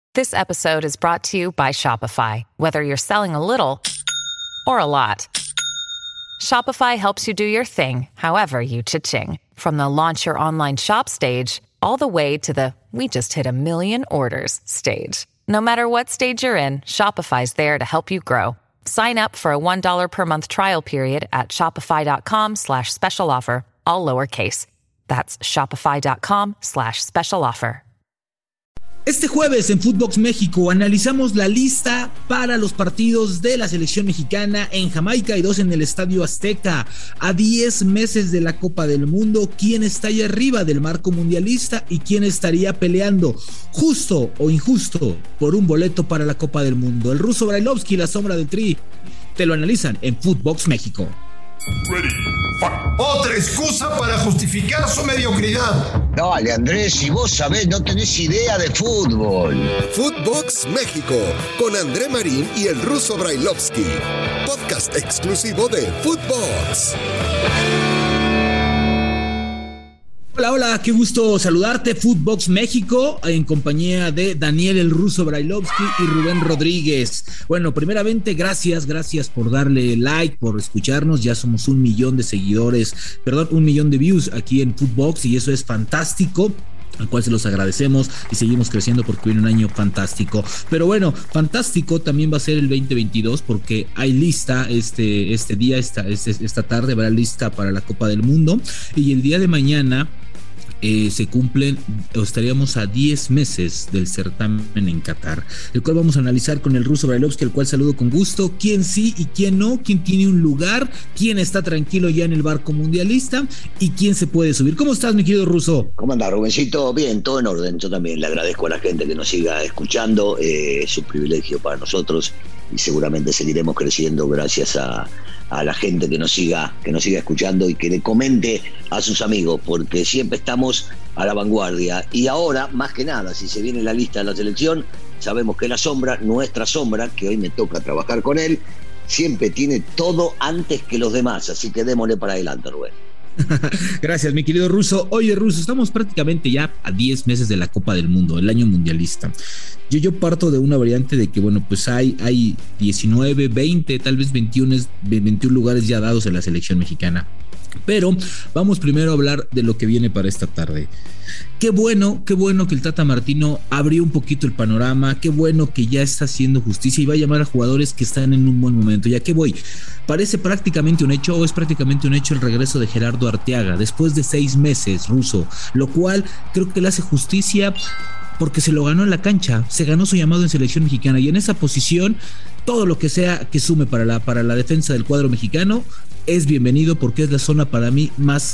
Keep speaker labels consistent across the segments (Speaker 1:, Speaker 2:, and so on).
Speaker 1: This episode is brought to you by Shopify. Whether you're selling a little or a lot, Shopify helps you do your thing, however you cha-ching. From the launch your online shop stage, all the way to the we just hit 1 million orders stage. No matter what stage you're in, Shopify's there to help you grow. Sign up for a $1 per month trial period at shopify.com/special offer, all lowercase. That's shopify.com/special offer.
Speaker 2: Este jueves en Footbox México analizamos la lista para los partidos de la selección mexicana en Jamaica y 2 en el Estadio Azteca. A 10 meses de la Copa del Mundo, ¿quién está ahí arriba del marco mundialista y quién estaría peleando, justo o injusto, por un boleto para la Copa del Mundo? El ruso Brailovsky y la sombra del Tri te lo analizan en Footbox México.
Speaker 3: Ready, fight. Otra excusa para justificar su mediocridad.
Speaker 4: Dale, Andrés, si vos sabés, no tenés idea de fútbol.
Speaker 5: Footbox México, con André Marín y el ruso Brailovsky. Podcast exclusivo de Footbox.
Speaker 2: Hola, qué gusto saludarte. Footbox México, en compañía de Daniel el ruso Brailovsky y Rubén Rodríguez. Bueno, primeramente, gracias por darle like, por escucharnos. Ya somos 1 millón de seguidores, 1 millón de views aquí en Footbox y eso es fantástico, al cual se los agradecemos y seguimos creciendo porque viene un año fantástico. Pero bueno, fantástico también va a ser el 2022 porque hay lista esta tarde habrá lista para la Copa del Mundo y el día de mañana se cumplen, o estaríamos a 10 meses del certamen en Qatar, el cual vamos a analizar con el ruso Brailovsky, el cual saludo con gusto, quién sí y quién no, quién tiene un lugar, quién está tranquilo ya en el barco mundialista y quién se puede subir. ¿Cómo estás, mi querido ruso?
Speaker 4: ¿Cómo andás, Rubencito? Bien, todo en orden. Yo también le agradezco a la gente que nos siga escuchando, es un privilegio para nosotros y seguramente seguiremos creciendo gracias a la gente que nos siga escuchando y que le comente a sus amigos, porque siempre estamos a la vanguardia. Y ahora, más que nada, si se viene la lista de la selección, sabemos que la sombra, nuestra sombra, que hoy me toca trabajar con él, siempre tiene todo antes que los demás, así que démosle para adelante, Rubén.
Speaker 2: Gracias, mi querido ruso. Oye, ruso, estamos prácticamente ya a 10 meses de la Copa del Mundo, el año mundialista. Yo parto de una variante de que, bueno, pues hay 19, 20, tal vez 21 lugares ya dados en la selección mexicana. Pero vamos primero a hablar de lo que viene para esta tarde. Qué bueno que el Tata Martino abrió un poquito el panorama, qué bueno que ya está haciendo justicia y va a llamar a jugadores que están en un buen momento. ¿Ya qué voy? Parece prácticamente un hecho, o es prácticamente un hecho el regreso de Gerardo Arteaga después de 6 meses, ruso, lo cual creo que le hace justicia porque se lo ganó en la cancha, se ganó su llamado en selección mexicana y en esa posición todo lo que sea que sume para la defensa del cuadro mexicano es bienvenido porque es la zona para mí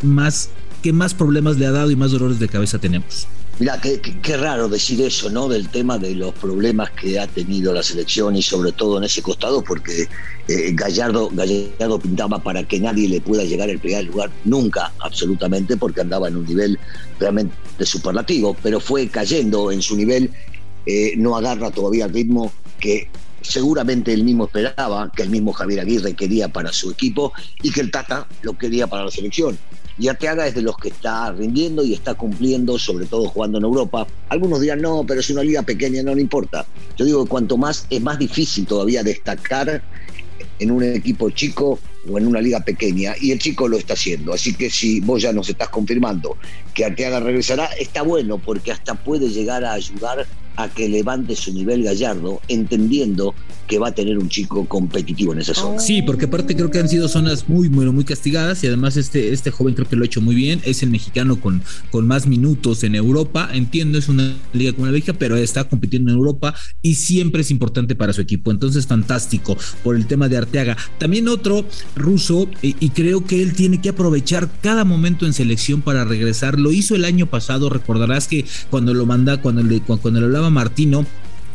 Speaker 2: que más problemas le ha dado y más dolores de cabeza tenemos.
Speaker 4: Mirá, qué raro decir eso, ¿no? Del tema de los problemas que ha tenido la selección y sobre todo en ese costado, porque Gallardo pintaba para que nadie le pueda llegar al primer lugar, nunca, absolutamente, porque andaba en un nivel realmente superlativo, pero fue cayendo en su nivel, no agarra todavía el ritmo que seguramente él mismo esperaba, que el mismo Javier Aguirre quería para su equipo y que el Tata lo quería para la selección. Y Arteaga es de los que está rindiendo y está cumpliendo, sobre todo jugando en Europa. Algunos dirán, no, pero es una liga pequeña, no le importa. Yo digo que cuanto más, es más difícil todavía destacar en un equipo chico o en una liga pequeña, y el chico lo está haciendo. Así que si vos ya nos estás confirmando que Arteaga regresará, está bueno, porque hasta puede llegar a ayudar a que levante su nivel Gallardo, entendiendo que va a tener un chico competitivo en esa zona.
Speaker 2: Sí, porque aparte creo que han sido zonas muy castigadas y además este joven creo que lo ha hecho muy bien, es el mexicano con más minutos en Europa, entiendo, es una liga como la Bélgica, pero está compitiendo en Europa y siempre es importante para su equipo, entonces fantástico por el tema de Arteaga. También otro ruso, y creo que él tiene que aprovechar cada momento en selección para regresar, lo hizo el año pasado, recordarás que cuando le hablaba Martino,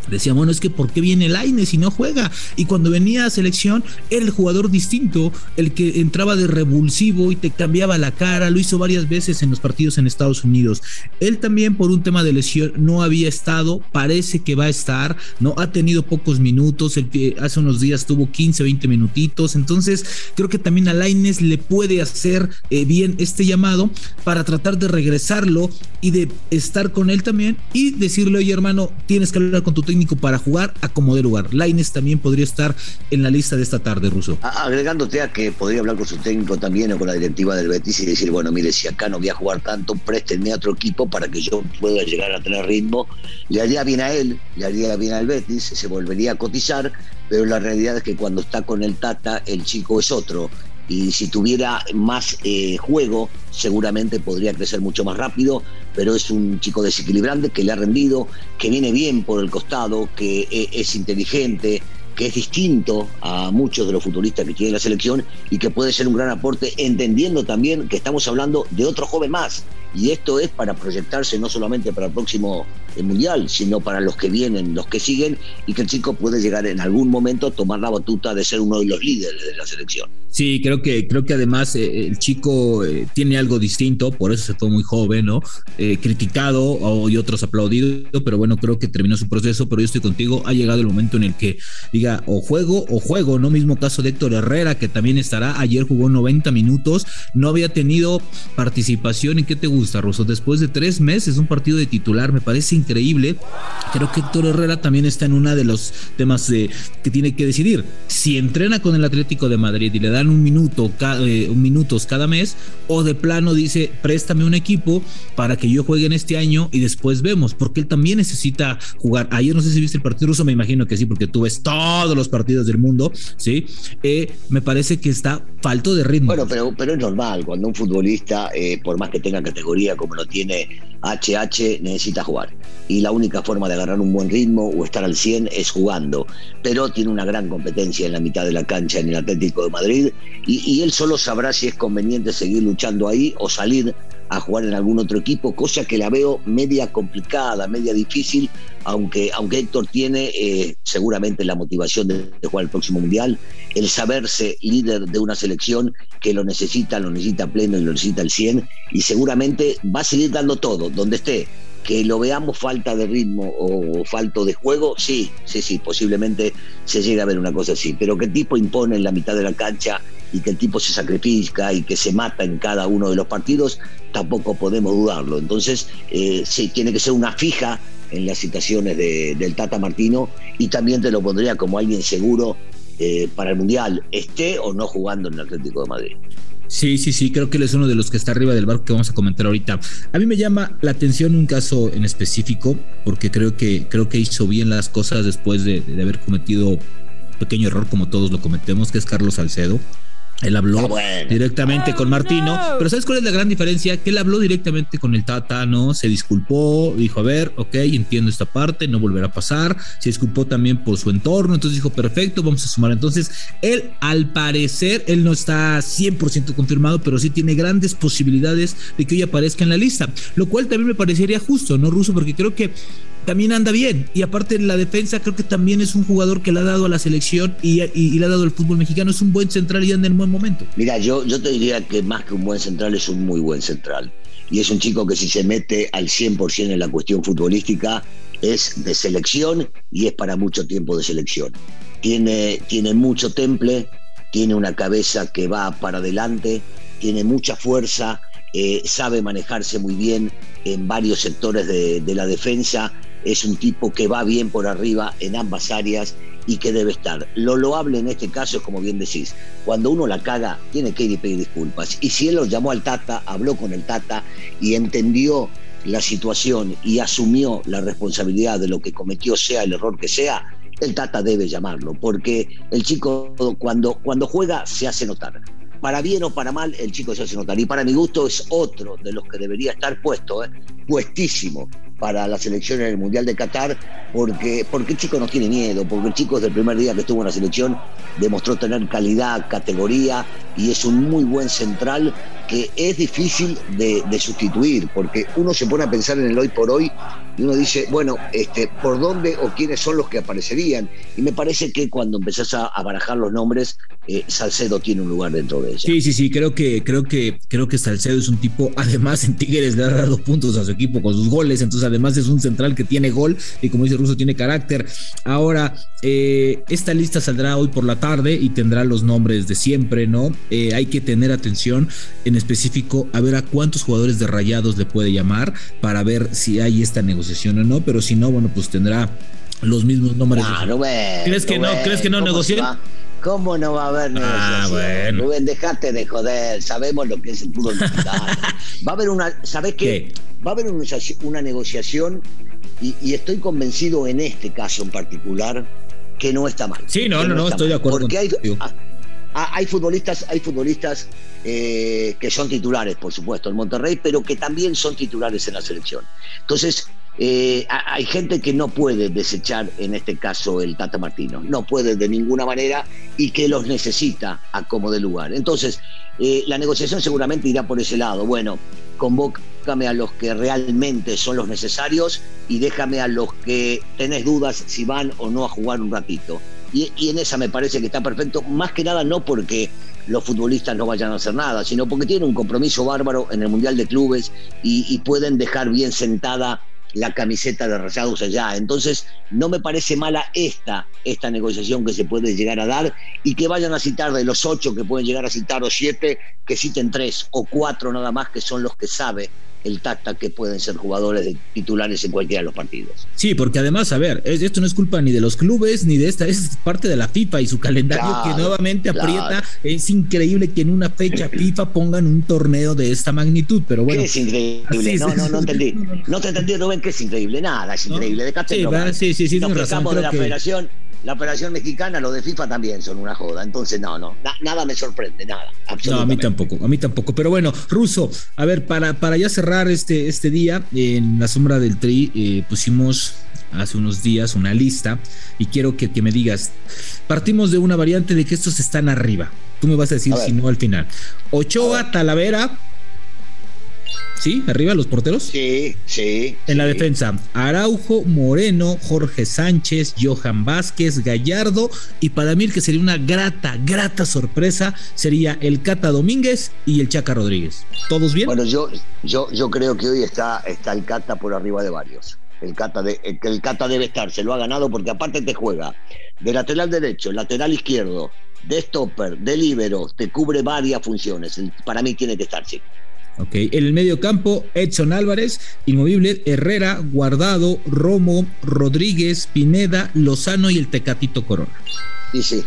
Speaker 2: decía, bueno, es que ¿por qué viene Lainez y no juega? Y cuando venía a selección era el jugador distinto, el que entraba de revulsivo y te cambiaba la cara. Lo hizo varias veces en los partidos en Estados Unidos. Él también, por un tema de lesión, no había estado, parece que va a estar, no ha tenido pocos minutos, hace unos días tuvo 15, 20 minutitos. Entonces creo que también a Lainez le puede hacer bien este llamado para tratar de regresarlo y de estar con él también y decirle, oye hermano, tienes que hablar con tu técnico para jugar a como dé lugar. Lainez también podría estar en la lista de esta tarde, Russo.
Speaker 4: Agregándote a que podría hablar con su técnico también o con la directiva del Betis y decir, bueno, mire, si acá no voy a jugar tanto, préstenme a otro equipo para que yo pueda llegar a tener ritmo. Le haría bien a él, le haría bien al Betis, se volvería a cotizar, pero la realidad es que cuando está con el Tata, el chico es otro. Y si tuviera más juego, seguramente podría crecer mucho más rápido, pero es un chico desequilibrante que le ha rendido, que viene bien por el costado, que es inteligente, que es distinto a muchos de los futbolistas que tiene la selección y que puede ser un gran aporte, entendiendo también que estamos hablando de otro joven más. Y esto es para proyectarse no solamente para el próximo Mundial, sino para los que vienen, los que siguen, y que el chico puede llegar en algún momento a tomar la batuta de ser uno de los líderes de la selección.
Speaker 2: Sí, creo que además el chico tiene algo distinto, por eso se fue muy joven, ¿no? Criticado y otros aplaudido, pero bueno, creo que terminó su proceso. Pero yo estoy contigo, ha llegado el momento en el que diga o juego, ¿no? Mismo caso de Héctor Herrera, que también estará, ayer jugó 90 minutos, no había tenido participación. ¿En qué te gusta, Russo? Después de 3 meses, un partido de titular, me parece increíble. Creo que Héctor Herrera también está en uno de los temas que tiene que decidir. Si entrena con el Atlético de Madrid y le dan minutos cada mes, o de plano dice, préstame un equipo para que yo juegue en este año y después vemos, porque él también necesita jugar. Ayer no sé si viste el partido, Russo, me imagino que sí, porque tú ves todos los partidos del mundo, ¿sí? Me parece que está falto de ritmo.
Speaker 4: Bueno, pero es normal, cuando un futbolista, por más que tenga categoría como lo tiene HH, necesita jugar. Y la única forma de agarrar un buen ritmo o estar al 100 es jugando. Pero tiene una gran competencia en la mitad de la cancha en el Atlético de Madrid y él solo sabrá si es conveniente seguir luchando ahí o salir a jugar en algún otro equipo, cosa que la veo media complicada, media difícil, aunque Héctor tiene seguramente la motivación de jugar el próximo Mundial, el saberse líder de una selección que lo necesita pleno y lo necesita al 100, y seguramente va a seguir dando todo, donde esté. Que lo veamos falta de ritmo o falto de juego, sí, posiblemente se llegue a ver una cosa así, pero que el tipo impone en la mitad de la cancha y que el tipo se sacrifica y que se mata en cada uno de los partidos, tampoco podemos dudarlo. Entonces, sí, tiene que ser una fija en las citaciones del Tata Martino, y también te lo pondría como alguien seguro para el Mundial, esté o no jugando en el Atlético de Madrid.
Speaker 2: Sí, creo que él es uno de los que está arriba del barco que vamos a comentar ahorita. A mí me llama la atención un caso en específico, porque creo que hizo bien las cosas después de haber cometido un pequeño error, como todos lo cometemos, que es Carlos Salcedo. Él habló directamente con Martino, pero ¿sabes cuál es la gran diferencia? Que él habló directamente con el Tata, ¿no? Se disculpó, dijo, a ver, ok, entiendo esta parte, no volverá a pasar. Se disculpó también por su entorno, entonces dijo, perfecto, vamos a sumar. Entonces, él, al parecer, él no está 100% confirmado, pero sí tiene grandes posibilidades de que hoy aparezca en la lista, lo cual también me parecería justo, ¿no, Russo? Porque creo que también anda bien, y aparte en la defensa creo que también es un jugador que le ha dado a la selección y le ha dado al fútbol mexicano. Es un buen central y anda en buen momento. Mira,
Speaker 4: yo te diría que más que un buen central es un muy buen central, y es un chico que si se mete al 100% en la cuestión futbolística es de selección y es para mucho tiempo de selección. Tiene mucho temple, tiene una cabeza que va para adelante, tiene mucha fuerza, sabe manejarse muy bien en varios sectores de la defensa. Es un tipo que va bien por arriba en ambas áreas y que debe estar. Lo loable en este caso es, como bien decís, cuando uno la caga, tiene que ir y pedir disculpas. Y si él lo llamó al Tata, habló con el Tata y entendió la situación y asumió la responsabilidad de lo que cometió, sea el error que sea, el Tata debe llamarlo, porque el chico cuando juega se hace notar. Para bien o para mal, el chico se hace notar. Y para mi gusto es otro de los que debería estar puesto, puestísimo para la selección en el Mundial de Qatar, porque el chico no tiene miedo, porque el chico desde el primer día que estuvo en la selección demostró tener calidad, categoría, y es un muy buen central que es difícil de sustituir, porque uno se pone a pensar en el hoy por hoy y uno dice, bueno, ¿por dónde o quiénes son los que aparecerían? Y me parece que cuando empezás a barajar los nombres, Salcedo tiene un lugar dentro de ella.
Speaker 2: Sí, creo que Salcedo es un tipo, además en Tigres le ha dado puntos a su equipo con sus goles, entonces además es un central que tiene gol y como dice Russo tiene carácter. Ahora, esta lista saldrá hoy por la tarde y tendrá los nombres de siempre, ¿no? Hay que tener atención en específico a ver a cuántos jugadores de Rayados le puede llamar para ver si hay esta negociación o no, pero si no, bueno, pues tendrá los mismos nombres.
Speaker 4: Rubén,
Speaker 2: ¿Crees que no negocien?
Speaker 4: ¿Cómo no va a haber negociación?
Speaker 2: Bueno.
Speaker 4: Rubén, dejate de joder, sabemos lo que es el fútbol mexicano. Va a haber ¿sabés qué? Va a haber una negociación y estoy convencido en este caso en particular que no está mal.
Speaker 2: Sí, no, estoy de acuerdo.
Speaker 4: Porque hay futbolistas que son titulares, por supuesto, en Monterrey, pero que también son titulares en la selección. Entonces, hay gente que no puede desechar, en este caso, el Tata Martino. No puede de ninguna manera y que los necesita a como de lugar. Entonces, la negociación seguramente irá por ese lado. Bueno, convócame a los que realmente son los necesarios y déjame a los que tenés dudas si van o no a jugar un ratito. Y en esa me parece que está perfecto, más que nada no porque los futbolistas no vayan a hacer nada, sino porque tienen un compromiso bárbaro en el Mundial de Clubes y pueden dejar bien sentada la camiseta de Rayados allá. Entonces no me parece mala esta negociación que se puede llegar a dar y que vayan a citar de los 8 que pueden llegar a citar o 7, que citen 3 o 4 nada más, que son los que sabe el Tata que pueden ser jugadores de titulares en cualquiera de los partidos.
Speaker 2: Sí, porque además, a ver, esto no es culpa ni de los clubes ni de es parte de la FIFA y su calendario que nuevamente aprieta. Claro. Es increíble que en una fecha FIFA pongan un torneo de esta magnitud, pero bueno.
Speaker 4: ¿Qué es increíble? No entendí. No te entendí, Rubén, ¿qué es increíble? Nada es increíble.
Speaker 2: Sí,
Speaker 4: nos quejamos de la federación. La operación mexicana, lo de FIFA también son una joda. Entonces, nada me sorprende, nada.
Speaker 2: No, a mí tampoco. Pero bueno, Russo, a ver, para ya cerrar este día, en la sombra del Tri, pusimos hace unos días una lista y quiero que me digas, partimos de una variante de que estos están arriba. Tú me vas a decir si no al final. Ochoa, Talavera. ¿Sí? ¿Arriba los porteros?
Speaker 4: Sí.
Speaker 2: En la defensa, Araujo, Moreno, Jorge Sánchez, Johan Vázquez, Gallardo, y para mí el que sería una grata sorpresa sería el Cata Domínguez y el Chaca Rodríguez. ¿Todos bien?
Speaker 4: Bueno, yo creo que hoy está el Cata por arriba de varios. El Cata debe estar, se lo ha ganado porque aparte te juega de lateral derecho, lateral izquierdo, de stopper, de líbero, te cubre varias funciones. Para mí tiene que estar, sí.
Speaker 2: Ok, en el medio campo, Edson Álvarez, Inmovible, Herrera, Guardado, Romo, Rodríguez, Pineda, Lozano y el Tecatito Corona.
Speaker 4: Y sí.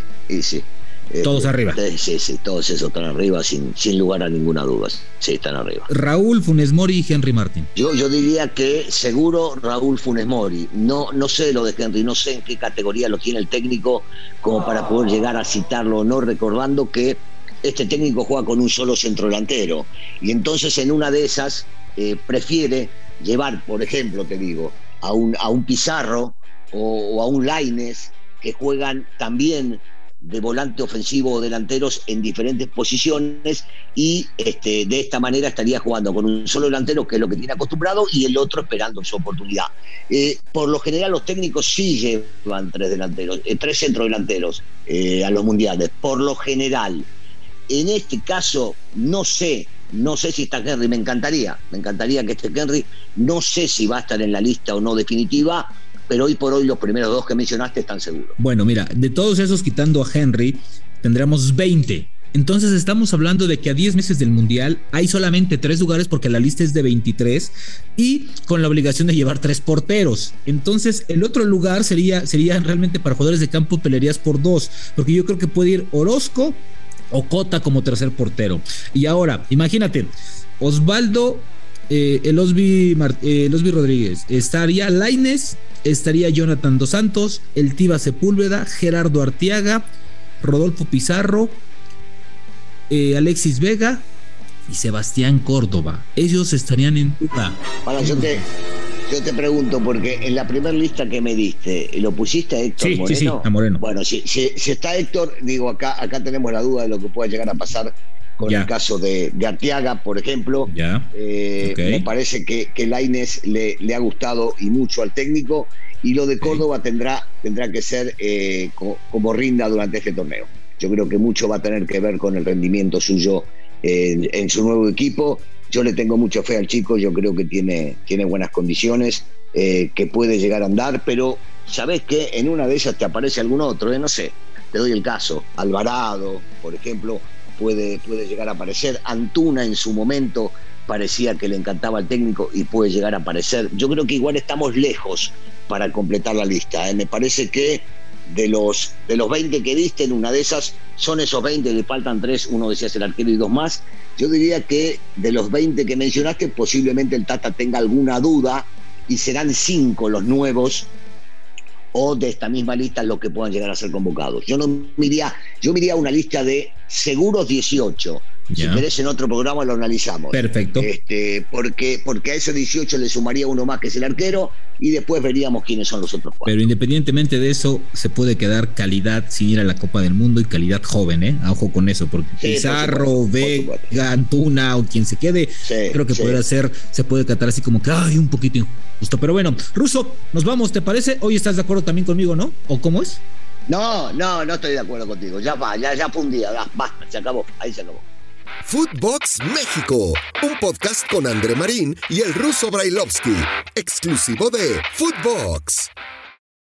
Speaker 2: Todos arriba.
Speaker 4: Sí, todos esos están arriba sin lugar a ninguna duda. Sí, están arriba.
Speaker 2: Raúl, Funes Mori y Henry Martín.
Speaker 4: Yo diría que seguro Raúl Funes Mori. No sé lo de Henry, no sé en qué categoría lo tiene el técnico como para poder llegar a citarlo o no, recordando que este técnico juega con un solo centrodelantero y entonces en una de esas prefiere llevar, por ejemplo, te digo, a un Pizarro o a un Lainez que juegan también de volante ofensivo o delanteros en diferentes posiciones y de esta manera estaría jugando con un solo delantero, que es lo que tiene acostumbrado, y el otro esperando su oportunidad. Por lo general los técnicos sí llevan 3 centrodelanteros a los mundiales, por lo general. En este caso, no sé si está Henry, me encantaría que esté Henry, no sé si va a estar en la lista o no definitiva, pero hoy por hoy los primeros 2 que mencionaste están seguros.
Speaker 2: Bueno, mira, de todos esos quitando a Henry, tendremos 20. Entonces estamos hablando de que a 10 meses del Mundial hay solamente 3 lugares porque la lista es de 23 y con la obligación de llevar 3 porteros. Entonces el otro lugar sería realmente para jugadores de campo, pelearías por 2, porque yo creo que puede ir Orozco o Cota como tercer portero. Y ahora, imagínate, Osvaldo, el Osby Rodríguez, estaría Lainez, estaría Jonathan Dos Santos, el Tiva Sepúlveda, Gerardo Arteaga, Rodolfo Pizarro, Alexis Vega y Sebastián Córdoba. Ellos estarían en duda.
Speaker 4: Ahora Yo te pregunto, porque en la primera lista que me diste, ¿lo pusiste a Héctor Moreno?
Speaker 2: Sí, a Moreno.
Speaker 4: Bueno, si está Héctor, digo, acá tenemos la duda de lo que pueda llegar a pasar con el caso de Arteaga, por ejemplo. Me parece que Lainez le ha gustado y mucho al técnico, y lo de Córdoba tendrá que ser como rinda durante este torneo. Yo creo que mucho va a tener que ver con el rendimiento suyo en su nuevo equipo. Yo le tengo mucha fe al chico, yo creo que tiene buenas condiciones, que puede llegar a andar, pero ¿sabés qué? En una de ellas te aparece algún otro, no sé, te doy el caso. Alvarado, por ejemplo, puede llegar a aparecer. Antuna en su momento parecía que le encantaba al técnico y puede llegar a aparecer. Yo creo que igual estamos lejos para completar la lista. Me parece que de los 20 que diste, en una de esas son esos 20, le faltan 3, uno decías el arquero y 2 más. Yo diría que de los 20 que mencionaste, posiblemente el Tata tenga alguna duda y serán 5 los nuevos, o de esta misma lista los que puedan llegar a ser convocados. Yo miraría una lista de seguros 18. Si querés, en otro programa lo analizamos.
Speaker 2: Perfecto.
Speaker 4: Porque a ese 18 le sumaría uno más, que es el arquero, y después veríamos quiénes son los otros 4.
Speaker 2: Pero independientemente de eso, se puede quedar calidad sin ir a la Copa del Mundo, y calidad joven, Ojo con eso, porque Pizarro, Vega, Antuna o quien se quede, creo que se puede tratar así como que un poquito injusto. Pero bueno, Russo, nos vamos, ¿te parece? Hoy estás de acuerdo también conmigo, ¿no? ¿O cómo es?
Speaker 4: No estoy de acuerdo contigo. Ya fue un día, basta, se acabó, ahí se acabó.
Speaker 5: Footbox México, un podcast con André Marín y el Russo Brailovsky, exclusivo de Footbox.